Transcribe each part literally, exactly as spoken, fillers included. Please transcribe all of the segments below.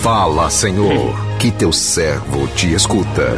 Fala, Senhor, que teu servo te escuta.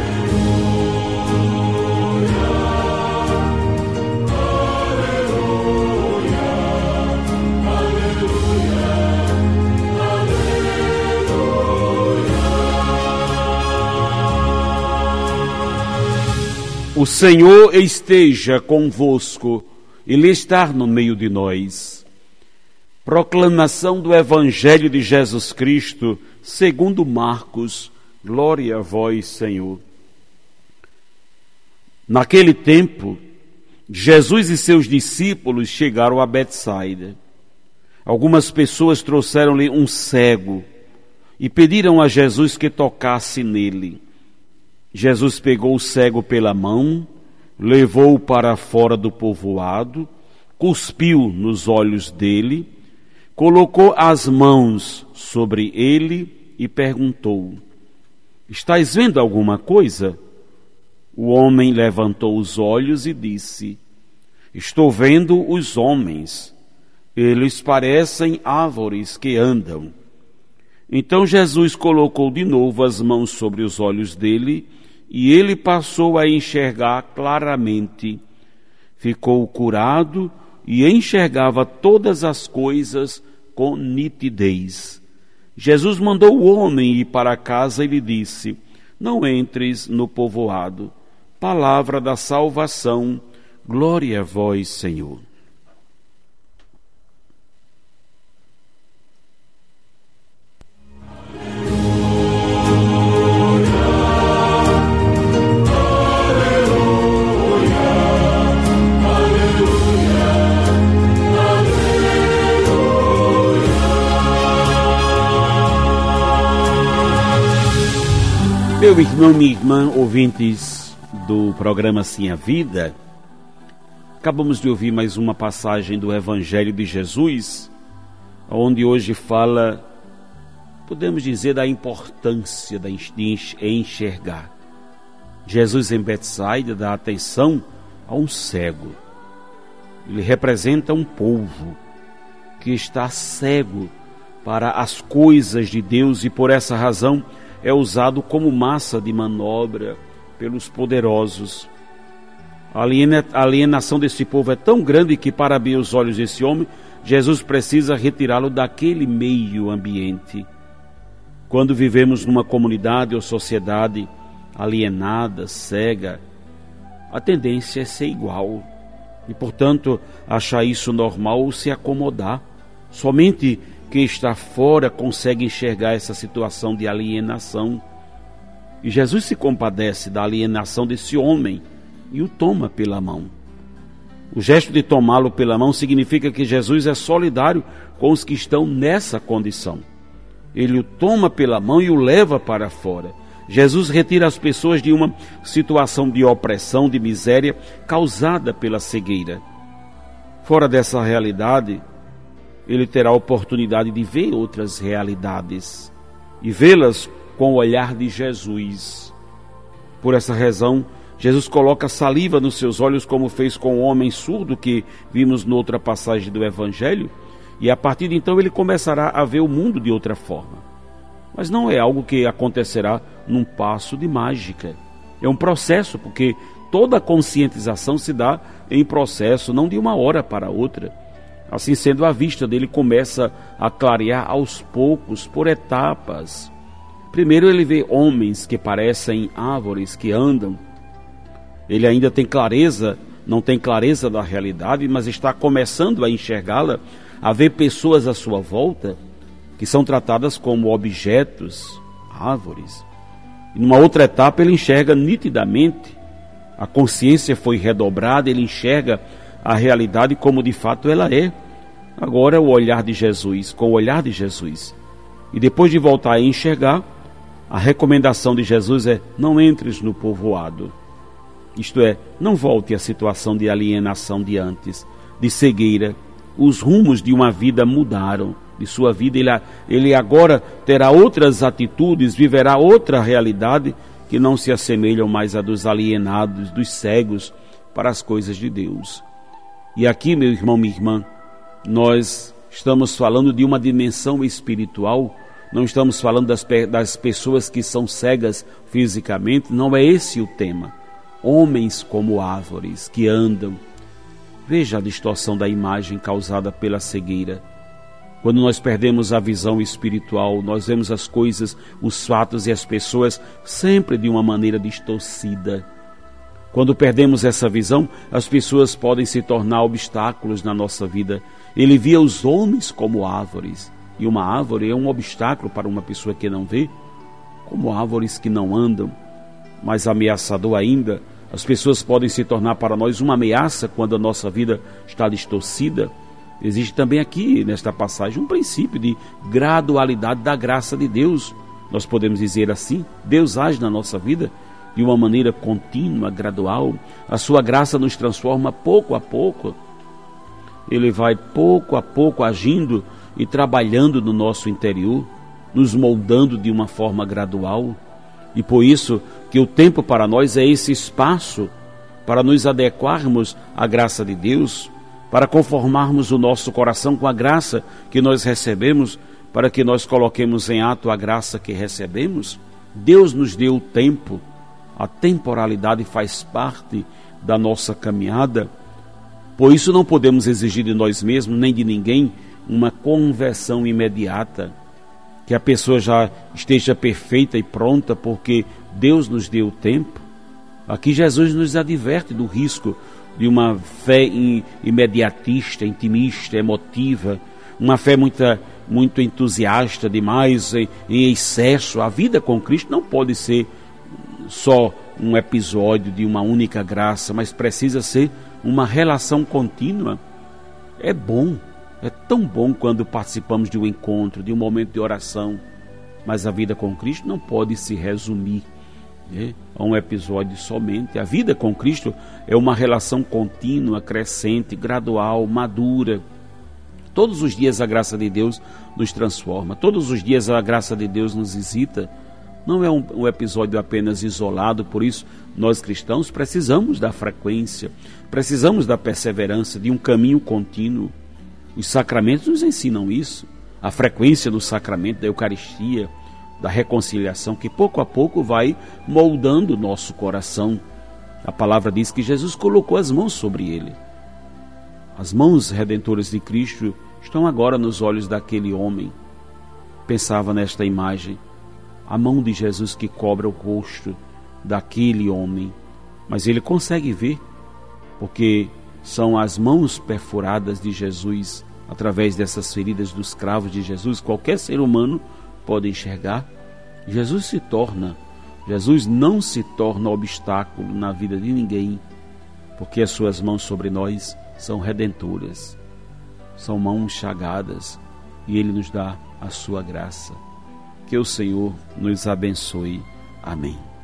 O Senhor esteja convosco, Ele está no meio de nós. Proclamação do Evangelho de Jesus Cristo, segundo Marcos. Glória a vós, Senhor. Naquele tempo, Jesus e seus discípulos chegaram a Betsaida. Algumas pessoas trouxeram-lhe um cego e pediram a Jesus que tocasse nele. Jesus pegou o cego pela mão, levou-o para fora do povoado, cuspiu nos olhos dele, colocou as mãos sobre ele e perguntou: "Estás vendo alguma coisa?" O homem levantou os olhos e disse: "Estou vendo os homens. Eles parecem árvores que andam." Então Jesus colocou de novo as mãos sobre os olhos dele e ele passou a enxergar claramente. Ficou curado e enxergava todas as coisas com nitidez. Jesus mandou o homem ir para casa e lhe disse: "Não entres no povoado." Palavra da salvação. Glória a vós, Senhor. Meu irmão, minha irmã, ouvintes do programa Sim a Vida, acabamos de ouvir mais uma passagem do Evangelho de Jesus, onde hoje fala, podemos dizer, da importância de enxergar. Jesus em Betsaida dá atenção a um cego. Ele representa um povo que está cego para as coisas de Deus e por essa razão é usado como massa de manobra pelos poderosos. A alienação desse povo é tão grande que, para abrir os olhos desse homem, Jesus precisa retirá-lo daquele meio ambiente. Quando vivemos numa comunidade ou sociedade alienada, cega, a tendência é ser igual. E, portanto, achar isso normal ou se acomodar. Somente quem está fora consegue enxergar essa situação de alienação. E Jesus se compadece da alienação desse homem e o toma pela mão. O gesto de tomá-lo pela mão significa que Jesus é solidário com os que estão nessa condição. Ele o toma pela mão e o leva para fora. Jesus retira as pessoas de uma situação de opressão, de miséria causada pela cegueira. Fora dessa realidade, ele terá a oportunidade de ver outras realidades e vê-las com o olhar de Jesus. Por essa razão, Jesus coloca saliva nos seus olhos, como fez com o homem surdo que vimos noutra passagem do Evangelho, e a partir de então ele começará a ver o mundo de outra forma. Mas não é algo que acontecerá num passo de mágica. É um processo, porque toda a conscientização se dá em processo, não de uma hora para outra. Assim sendo, a vista dele começa a clarear aos poucos, por etapas. Primeiro ele vê homens que parecem árvores que andam. Ele ainda tem clareza, não tem clareza da realidade, mas está começando a enxergá-la, a ver pessoas à sua volta que são tratadas como objetos, árvores. E numa outra etapa ele enxerga nitidamente. A consciência foi redobrada, ele enxerga a realidade como de fato ela é. Agora é o olhar de Jesus, com o olhar de Jesus. E depois de voltar a enxergar, a recomendação de Jesus é: não entres no povoado. Isto é, não volte à situação de alienação de antes, de cegueira. Os rumos de uma vida mudaram. De sua vida ele, ele agora terá outras atitudes, viverá outra realidade que não se assemelham mais à dos alienados, dos cegos para as coisas de Deus. E aqui, meu irmão, minha irmã, nós estamos falando de uma dimensão espiritual não estamos falando das, das pessoas que são cegas fisicamente, não é esse o tema. Homens como árvores que andam. Veja a distorção da imagem causada pela cegueira. Quando nós perdemos a visão espiritual, nós vemos as coisas, os fatos e as pessoas sempre de uma maneira distorcida. Quando perdemos essa visão, as pessoas podem se tornar obstáculos na nossa vida. Ele via os homens como árvores. E uma árvore é um obstáculo para uma pessoa que não vê, como árvores que não andam. Mais ameaçador ainda, as pessoas podem se tornar para nós uma ameaça quando a nossa vida está distorcida. Existe também aqui, nesta passagem, um princípio de gradualidade da graça de Deus. Nós podemos dizer assim, Deus age na nossa vida de uma maneira contínua, gradual. A sua graça nos transforma pouco a pouco. Ele vai pouco a pouco agindo e trabalhando no nosso interior, nos moldando de uma forma gradual. E por isso que o tempo para nós é esse espaço para nos adequarmos à graça de Deus, para conformarmos o nosso coração com a graça que nós recebemos, para que nós coloquemos em ato a graça que recebemos. Deus nos deu o tempo, a temporalidade faz parte da nossa caminhada. Por isso não podemos exigir de nós mesmos, nem de ninguém, uma conversão imediata, que a pessoa já esteja perfeita e pronta, porque Deus nos deu o tempo. Aqui Jesus nos adverte do risco de uma fé imediatista, intimista, emotiva, uma fé muito, muito entusiasta demais, em, em excesso. A vida com Cristo não pode ser só um episódio de uma única graça, mas precisa ser uma relação contínua. É bom, é tão bom quando participamos de um encontro, de um momento de oração, mas a vida com Cristo não pode se resumir É, a um episódio somente. A vida com Cristo é uma relação contínua, crescente, gradual, madura. Todos os dias a graça de Deus nos transforma, todos os dias a graça de Deus nos visita. Não é um, um episódio apenas isolado. Por isso nós cristãos precisamos da frequência, precisamos da perseverança, de um caminho contínuo. Os sacramentos nos ensinam isso, a frequência do sacramento da Eucaristia, da reconciliação, que pouco a pouco vai moldando o nosso coração. A palavra diz que Jesus colocou as mãos sobre ele. As mãos redentoras de Cristo estão agora nos olhos daquele homem. Pensava nesta imagem, a mão de Jesus que cobre o rosto daquele homem, mas ele consegue ver, porque são as mãos perfuradas de Jesus, através dessas feridas dos cravos de Jesus, qualquer ser humano pode enxergar. Jesus se torna, Jesus não se torna obstáculo na vida de ninguém, porque as suas mãos sobre nós são redentoras, são mãos chagadas, e Ele nos dá a sua graça. Que o Senhor nos abençoe. Amém.